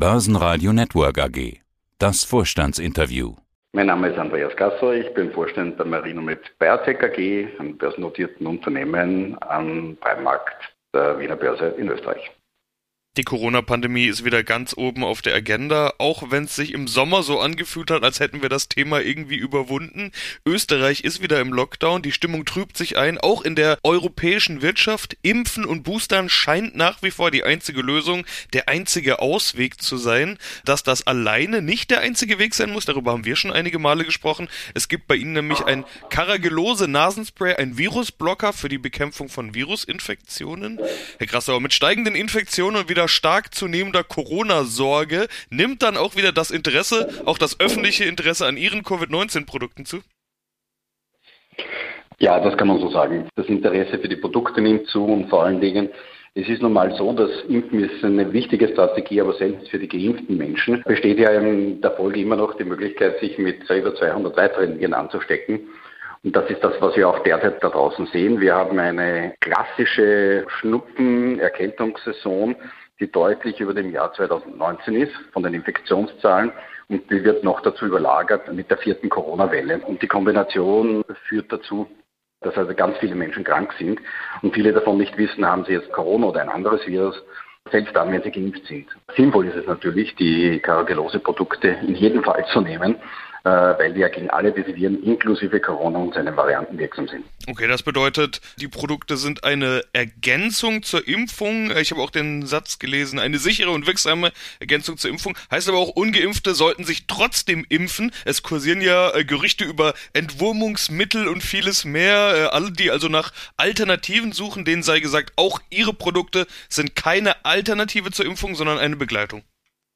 Börsenradio Network AG. Das Vorstandsinterview. Mein Name ist Andreas Gasser, ich bin Vorstand der Marinomed Biotech AG, einem börsennotierten Unternehmen am Primarkt der Wiener Börse in Österreich. Die Corona-Pandemie ist wieder ganz oben auf der Agenda, auch wenn es sich im Sommer so angefühlt hat, als hätten wir das Thema irgendwie überwunden. Österreich ist wieder im Lockdown, die Stimmung trübt sich ein, auch in der europäischen Wirtschaft. Impfen und Boostern scheint nach wie vor die einzige Lösung, der einzige Ausweg zu sein. Dass das alleine nicht der einzige Weg sein muss, darüber haben wir schon einige Male gesprochen. Es gibt bei Ihnen nämlich ein Carragelose-Nasenspray, ein Virusblocker für die Bekämpfung von Virusinfektionen. Herr Grassauer, mit steigenden Infektionen und wieder stark zunehmender Corona-Sorge nimmt dann auch wieder das Interesse, auch das öffentliche Interesse an Ihren Covid-19-Produkten zu? Ja, das kann man so sagen. Das Interesse für die Produkte nimmt zu und vor allen Dingen, es ist nun mal so, dass Impfen ist eine wichtige Strategie, aber selbst für die geimpften Menschen besteht ja in der Folge immer noch die Möglichkeit, sich mit über 200 weiteren Viren anzustecken. Und das ist das, was wir auch derzeit da draußen sehen. Wir haben eine klassische Schnupfen-Erkältungssaison, die deutlich über dem Jahr 2019 ist, von den Infektionszahlen. Und die wird noch dazu überlagert mit der 4. Corona-Welle. Und die Kombination führt dazu, dass also ganz viele Menschen krank sind. Und viele davon nicht wissen, haben sie jetzt Corona oder ein anderes Virus, selbst dann, wenn sie geimpft sind. Sinnvoll ist es natürlich, die Carragelose-Produkte in jedem Fall zu nehmen, weil die ja gegen alle diese Viren inklusive Corona und seinen Varianten wirksam sind. Okay, das bedeutet, die Produkte sind eine Ergänzung zur Impfung. Ich habe auch den Satz gelesen, eine sichere und wirksame Ergänzung zur Impfung. Heißt aber auch, Ungeimpfte sollten sich trotzdem impfen. Es kursieren ja Gerüchte über Entwurmungsmittel und vieles mehr. Alle, die also nach Alternativen suchen, denen sei gesagt, auch ihre Produkte sind keine Alternative zur Impfung, sondern eine Begleitung.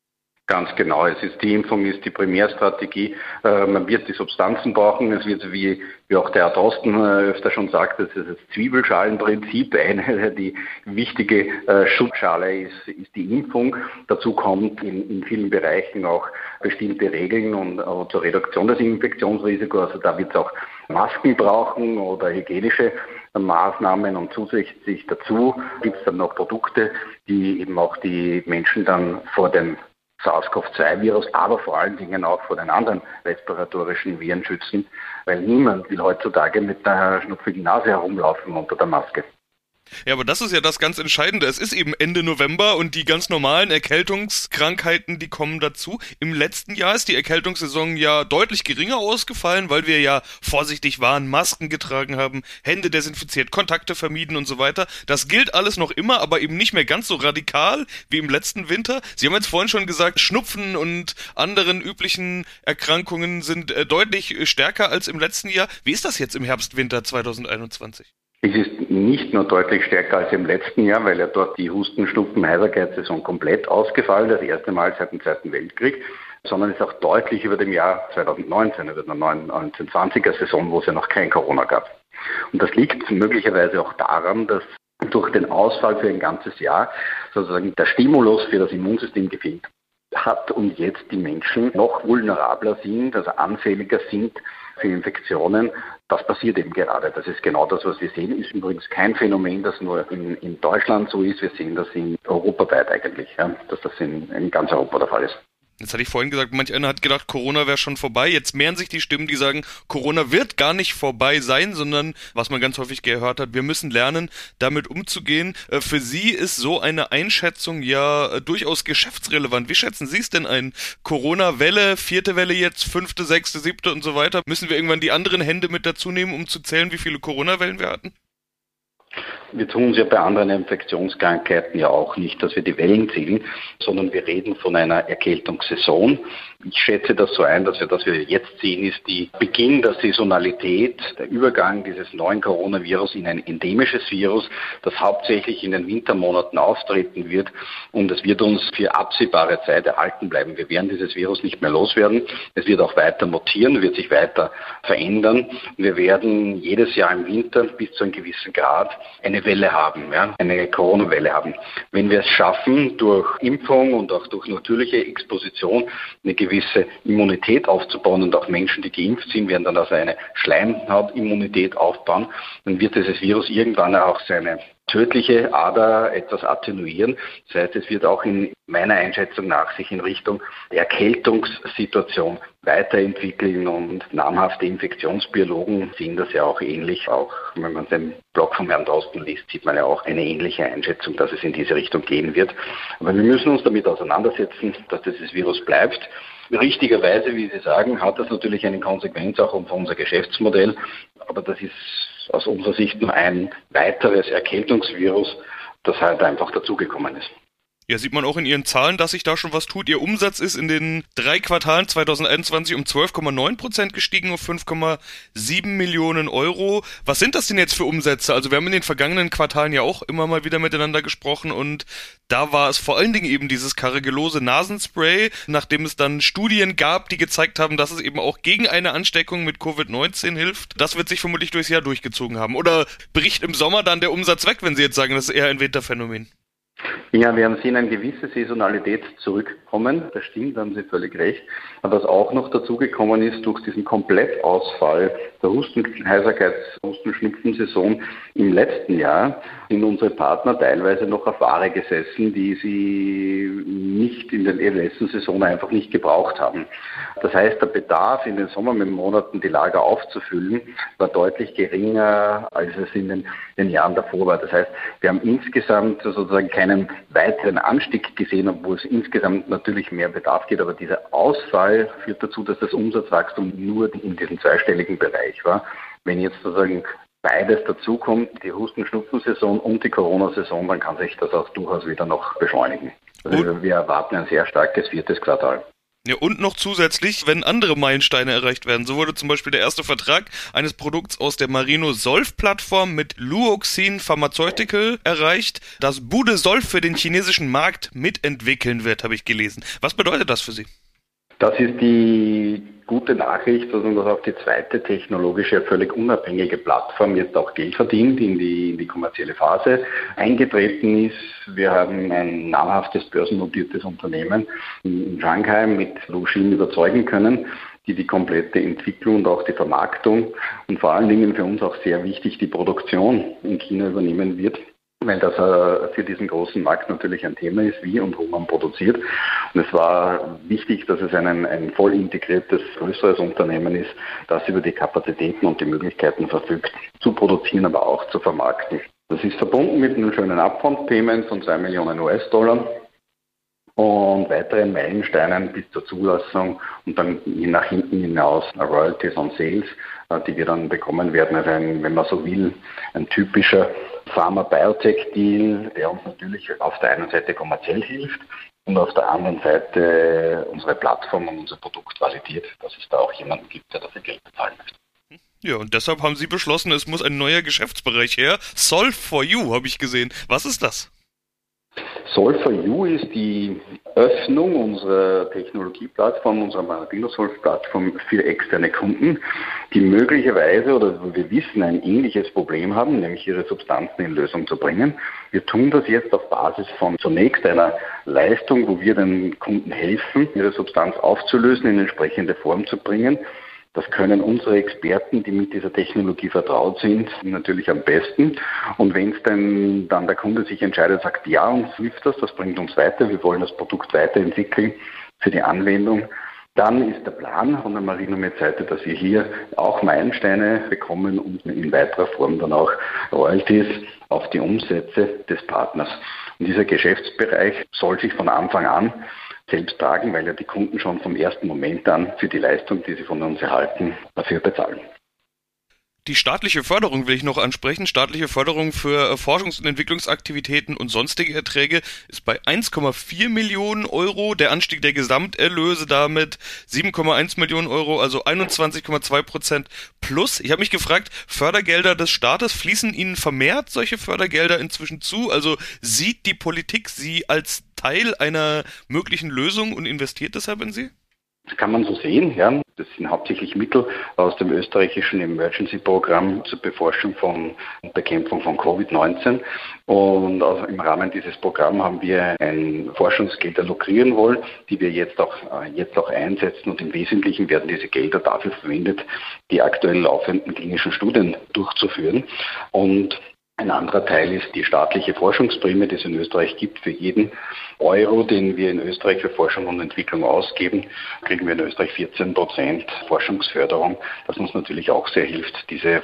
Ganz genau. Die Impfung ist die Primärstrategie. Man wird die Substanzen brauchen. Es wird, wie auch der Herr Drosten öfter schon sagt, das ist das Zwiebelschalenprinzip. Die wichtige Schutzschale ist die Impfung. Dazu kommt in vielen Bereichen auch bestimmte Regeln und zur Reduktion des Infektionsrisikos. Also da wird es auch Masken brauchen oder hygienische Maßnahmen und zusätzlich dazu gibt es dann noch Produkte, die eben auch die Menschen dann vor dem SARS-CoV-2-Virus, aber vor allen Dingen auch vor den anderen respiratorischen Viren schützen, weil niemand will heutzutage mit einer schnupfigen Nase herumlaufen unter der Maske. Ja, aber das ist ja das ganz Entscheidende. Es ist eben Ende November und die ganz normalen Erkältungskrankheiten, die kommen dazu. Im letzten Jahr ist die Erkältungssaison ja deutlich geringer ausgefallen, weil wir ja vorsichtig waren, Masken getragen haben, Hände desinfiziert, Kontakte vermieden und so weiter. Das gilt alles noch immer, aber eben nicht mehr ganz so radikal wie im letzten Winter. Sie haben jetzt vorhin schon gesagt, Schnupfen und anderen üblichen Erkrankungen sind deutlich stärker als im letzten Jahr. Wie ist das jetzt im Herbst-Winter 2021? Es ist nicht nur deutlich stärker als im letzten Jahr, weil ja dort die Husten-Schnupfen-Heiserkeit-Saison komplett ausgefallen, das erste Mal seit dem Zweiten Weltkrieg, sondern es ist auch deutlich über dem Jahr 2019, über der 1920er-Saison, wo es ja noch kein Corona gab. Und das liegt möglicherweise auch daran, dass durch den Ausfall für ein ganzes Jahr sozusagen der Stimulus für das Immunsystem gefehlt hat und jetzt die Menschen noch vulnerabler sind, also anfälliger sind für Infektionen. Das passiert eben gerade. Das ist genau das, was wir sehen. Ist übrigens kein Phänomen, das nur in Deutschland so ist. Wir sehen das europaweit eigentlich, ja, dass das in ganz Europa der Fall ist. Jetzt hatte ich vorhin gesagt, manch einer hat gedacht, Corona wäre schon vorbei. Jetzt mehren sich die Stimmen, die sagen, Corona wird gar nicht vorbei sein, sondern, was man ganz häufig gehört hat, wir müssen lernen, damit umzugehen. Für Sie ist so eine Einschätzung ja durchaus geschäftsrelevant. Wie schätzen Sie es denn ein? Corona-Welle, 4. Welle jetzt, 5., 6., 7. und so weiter. Müssen wir irgendwann die anderen Hände mit dazu nehmen, um zu zählen, wie viele Corona-Wellen wir hatten? Wir tun es ja bei anderen Infektionskrankheiten ja auch nicht, dass wir die Wellen zählen, sondern wir reden von einer Erkältungssaison. Ich schätze das so ein, dass wir jetzt sehen, ist die Beginn der Saisonalität, der Übergang dieses neuen Coronavirus in ein endemisches Virus, das hauptsächlich in den Wintermonaten auftreten wird und es wird uns für absehbare Zeit erhalten bleiben. Wir werden dieses Virus nicht mehr loswerden. Es wird auch weiter mutieren, wird sich weiter verändern. Wir werden jedes Jahr im Winter bis zu einem gewissen Grad eine Welle haben, ja, eine Corona-Welle haben. Wenn wir es schaffen, durch Impfung und auch durch natürliche Exposition eine gewisse Immunität aufzubauen und auch Menschen, die geimpft sind, werden dann also eine Schleimhautimmunität aufbauen, dann wird dieses Virus irgendwann auch seine tödliche Ader etwas attenuieren. Das heißt, es wird auch in meiner Einschätzung nach sich in Richtung der Erkältungssituation weiterentwickeln und namhafte Infektionsbiologen sehen das ja auch ähnlich. Auch wenn man den Blog von Herrn Drosten liest, sieht man ja auch eine ähnliche Einschätzung, dass es in diese Richtung gehen wird. Aber wir müssen uns damit auseinandersetzen, dass dieses Virus bleibt. Richtigerweise, wie Sie sagen, hat das natürlich eine Konsequenz auch für unser Geschäftsmodell. Aber das ist aus unserer Sicht nur ein weiteres Erkältungsvirus, das halt einfach dazugekommen ist. Ja, sieht man auch in Ihren Zahlen, dass sich da schon was tut. Ihr Umsatz ist in den 3 Quartalen 2021 um 12,9% gestiegen auf 5,7 Millionen Euro. Was sind das denn jetzt für Umsätze? Also wir haben in den vergangenen Quartalen ja auch immer mal wieder miteinander gesprochen und da war es vor allen Dingen eben dieses carragelose Nasenspray, nachdem es dann Studien gab, die gezeigt haben, dass es eben auch gegen eine Ansteckung mit Covid-19 hilft. Das wird sich vermutlich durchs Jahr durchgezogen haben. Oder bricht im Sommer dann der Umsatz weg, wenn Sie jetzt sagen, das ist eher ein Winterphänomen? Ja, wir haben sehen eine gewisse Saisonalität zurückkommen. Das stimmt, da haben Sie völlig recht. Aber was auch noch dazugekommen ist, durch diesen Komplettausfall der Hustenschnupfensaison im letzten Jahr sind unsere Partner teilweise noch auf Ware gesessen, die sie nicht in der letzten Saison einfach nicht gebraucht haben. Das heißt, der Bedarf in den Sommermonaten die Lager aufzufüllen, war deutlich geringer, als es in den Jahren davor war. Das heißt, wir haben insgesamt sozusagen keinen weiteren Anstieg gesehen, obwohl es insgesamt natürlich mehr Bedarf geht. Aber dieser Ausfall führt dazu, dass das Umsatzwachstum nur in diesem zweistelligen Bereich war. Wenn jetzt sozusagen beides dazukommt, die Husten-Schnupfen-Saison und die Corona-Saison, dann kann sich das auch durchaus wieder noch beschleunigen. Also wir erwarten ein sehr starkes 4. Quartal. Ja, und noch zusätzlich, wenn andere Meilensteine erreicht werden. So wurde zum Beispiel der erste Vertrag eines Produkts aus der Marino-Solf-Plattform mit Luoxin Pharmaceutical erreicht, das Budesolv für den chinesischen Markt mitentwickeln wird, habe ich gelesen. Was bedeutet das für Sie? Das ist die gute Nachricht, dass auch die zweite technologische, völlig unabhängige Plattform jetzt auch Geld verdient, in die kommerzielle Phase eingetreten ist. Wir haben ein namhaftes börsennotiertes Unternehmen in Shanghai mit Luoxin überzeugen können, die komplette Entwicklung und auch die Vermarktung und vor allen Dingen für uns auch sehr wichtig die Produktion in China übernehmen wird. Weil das für diesen großen Markt natürlich ein Thema ist, wie und wo man produziert. Und es war wichtig, dass es ein voll integriertes, größeres Unternehmen ist, das über die Kapazitäten und die Möglichkeiten verfügt, zu produzieren, aber auch zu vermarkten. Das ist verbunden mit einem schönen Upfront-Payment von $2 Millionen und weiteren Meilensteinen bis zur Zulassung und dann nach hinten hinaus Royalties on Sales, die wir dann bekommen werden. Also wenn man so will, ein typischer Pharma-Biotech-Deal, der uns natürlich auf der einen Seite kommerziell hilft und auf der anderen Seite unsere Plattform und unser Produkt validiert, dass es da auch jemanden gibt, der dafür Geld bezahlen möchte. Ja, und deshalb haben Sie beschlossen, es muss ein neuer Geschäftsbereich her. Solve4U habe ich gesehen. Was ist das? Solve4U ist die Öffnung unserer Technologieplattform, unserer Marino-Solv-Plattform für externe Kunden, die möglicherweise oder wir wissen ein ähnliches Problem haben, nämlich ihre Substanzen in Lösung zu bringen. Wir tun das jetzt auf Basis von zunächst einer Leistung, wo wir den Kunden helfen, ihre Substanz aufzulösen, in entsprechende Form zu bringen. Das können unsere Experten, die mit dieser Technologie vertraut sind, natürlich am besten. Und wenn es dann der Kunde sich entscheidet, sagt, ja, uns hilft das bringt uns weiter, wir wollen das Produkt weiterentwickeln für die Anwendung, dann ist der Plan von der Marinomed-Seite, dass wir hier auch Meilensteine bekommen und in weiterer Form dann auch Royalties auf die Umsätze des Partners. Und dieser Geschäftsbereich soll sich von Anfang an selbst tragen, weil ja die Kunden schon vom ersten Moment an für die Leistung, die sie von uns erhalten, dafür bezahlen. Die staatliche Förderung will ich noch ansprechen. Staatliche Förderung für Forschungs- und Entwicklungsaktivitäten und sonstige Erträge ist bei 1,4 Millionen Euro. Der Anstieg der Gesamterlöse damit 7,1 Millionen Euro, also 21,2% plus. Ich habe mich gefragt, Fördergelder des Staates, fließen Ihnen vermehrt solche Fördergelder inzwischen zu? Also sieht die Politik Sie als Teil einer möglichen Lösung und investiert deshalb in Sie? Das kann man so sehen, ja. Das sind hauptsächlich Mittel aus dem österreichischen Emergency-Programm zur Beforschung und Bekämpfung von Covid-19. Und im Rahmen dieses Programms haben wir ein Forschungsgelder lukrieren wollen, die wir jetzt auch einsetzen. Und im Wesentlichen werden diese Gelder dafür verwendet, die aktuell laufenden klinischen Studien durchzuführen. Und Ein anderer Teil ist die staatliche Forschungsprämie, die es in Österreich gibt. Für jeden Euro, den wir in Österreich für Forschung und Entwicklung ausgeben, kriegen wir in Österreich 14% Forschungsförderung, das uns natürlich auch sehr hilft, diese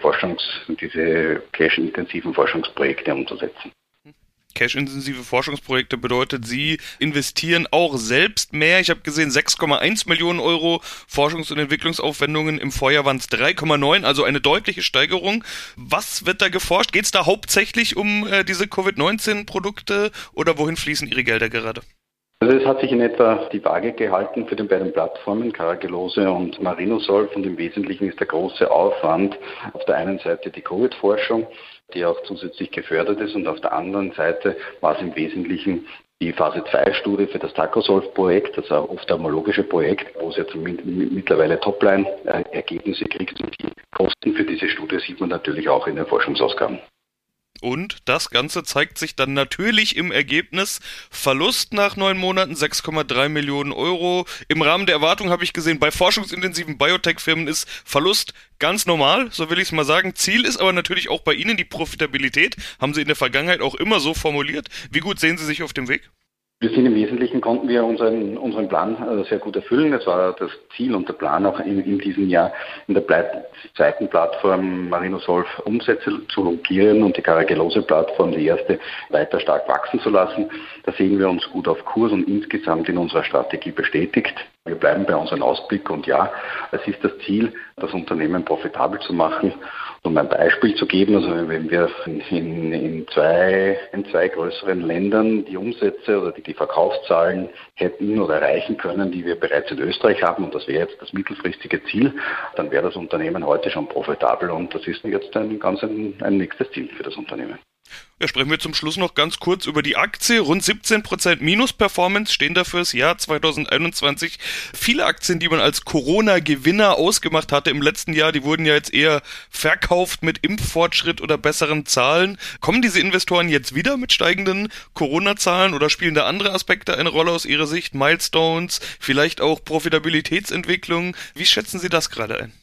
cash-intensiven Forschungsprojekte umzusetzen. Cash-intensive Forschungsprojekte bedeutet, Sie investieren auch selbst mehr. Ich habe gesehen, 6,1 Millionen Euro Forschungs- und Entwicklungsaufwendungen. Im Vorjahr waren es 3,9, also eine deutliche Steigerung. Was wird da geforscht? Geht es da hauptsächlich um diese Covid-19-Produkte oder wohin fließen Ihre Gelder gerade? Also es hat sich in etwa die Waage gehalten für die beiden Plattformen, Carragelose und Marinosolv, und im Wesentlichen ist der große Aufwand auf der einen Seite die Covid-Forschung, die auch zusätzlich gefördert ist, und auf der anderen Seite war es im Wesentlichen die Phase-2-Studie für das Tacrosolv-Projekt, das ophthalmologische Projekt, wo es jetzt mittlerweile Topline-Ergebnisse kriegt, und die Kosten für diese Studie sieht man natürlich auch in den Forschungsausgaben. Und das Ganze zeigt sich dann natürlich im Ergebnis. Verlust nach 9 Monaten, 6,3 Millionen Euro. Im Rahmen der Erwartung habe ich gesehen, bei forschungsintensiven Biotech-Firmen ist Verlust ganz normal, so will ich es mal sagen. Ziel ist aber natürlich auch bei Ihnen die Profitabilität. Haben Sie in der Vergangenheit auch immer so formuliert. Wie gut sehen Sie sich auf dem Weg? Wir sind im Wesentlichen, konnten wir unseren Plan sehr gut erfüllen. Das war das Ziel und der Plan auch in diesem Jahr, in der zweiten Plattform Marinosolv Umsätze zu logieren und die Carragelose-Plattform, die erste, weiter stark wachsen zu lassen. Da sehen wir uns gut auf Kurs und insgesamt in unserer Strategie bestätigt. Wir bleiben bei unserem Ausblick, und ja, es ist das Ziel, das Unternehmen profitabel zu machen. Um ein Beispiel zu geben, also wenn wir in zwei größeren Ländern die Umsätze oder die Verkaufszahlen hätten oder erreichen können, die wir bereits in Österreich haben, und das wäre jetzt das mittelfristige Ziel, dann wäre das Unternehmen heute schon profitabel, und das ist jetzt ein nächstes Ziel für das Unternehmen. Ja, sprechen wir zum Schluss noch ganz kurz über die Aktie. Rund 17% Minus-Performance stehen da fürs Jahr 2021. Viele Aktien, die man als Corona-Gewinner ausgemacht hatte im letzten Jahr, die wurden ja jetzt eher verkauft mit Impffortschritt oder besseren Zahlen. Kommen diese Investoren jetzt wieder mit steigenden Corona-Zahlen oder spielen da andere Aspekte eine Rolle aus Ihrer Sicht? Milestones, vielleicht auch Profitabilitätsentwicklung. Wie schätzen Sie das gerade ein?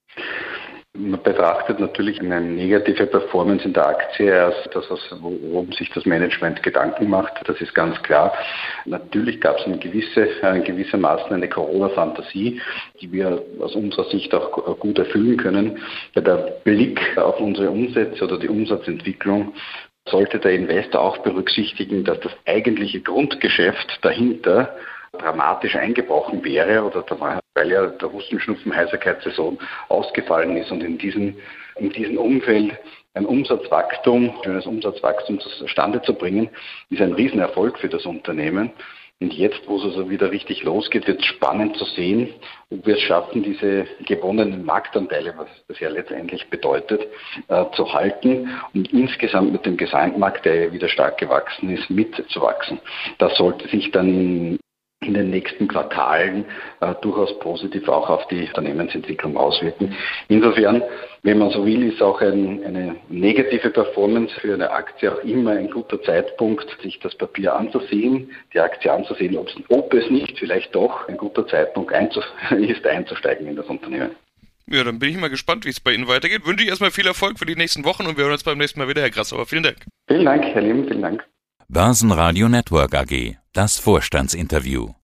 Man betrachtet natürlich eine negative Performance in der Aktie als das, worum sich das Management Gedanken macht. Das ist ganz klar. Natürlich gab es gewissermaßen eine Corona-Fantasie, die wir aus unserer Sicht auch gut erfüllen können. Bei der Blick auf unsere Umsätze oder die Umsatzentwicklung sollte der Investor auch berücksichtigen, dass das eigentliche Grundgeschäft dahinter dramatisch eingebrochen wäre, oder weil ja der Hustenschnupfen-Heiserkeitssaison ausgefallen ist, und in diesem Umfeld ein schönes Umsatzwachstum zustande zu bringen, ist ein Riesenerfolg für das Unternehmen. Und jetzt, wo es also wieder richtig losgeht, wird es spannend zu sehen, ob wir es schaffen, diese gewonnenen Marktanteile, was das ja letztendlich bedeutet, zu halten und insgesamt mit dem Gesamtmarkt, der ja wieder stark gewachsen ist, mitzuwachsen. Das sollte sich dann in den nächsten Quartalen durchaus positiv auch auf die Unternehmensentwicklung auswirken. Insofern, wenn man so will, ist auch eine negative Performance für eine Aktie auch immer ein guter Zeitpunkt, sich das Papier anzusehen, die Aktie anzusehen, ob es nicht vielleicht doch ein guter Zeitpunkt ist, einzusteigen in das Unternehmen. Ja, dann bin ich mal gespannt, wie es bei Ihnen weitergeht. Wünsche ich erstmal viel Erfolg für die nächsten Wochen, und wir hören uns beim nächsten Mal wieder, Herr Grassauer. Vielen Dank. Vielen Dank, Herr Lehm, vielen Dank. Börsenradio Network AG, das Vorstandsinterview.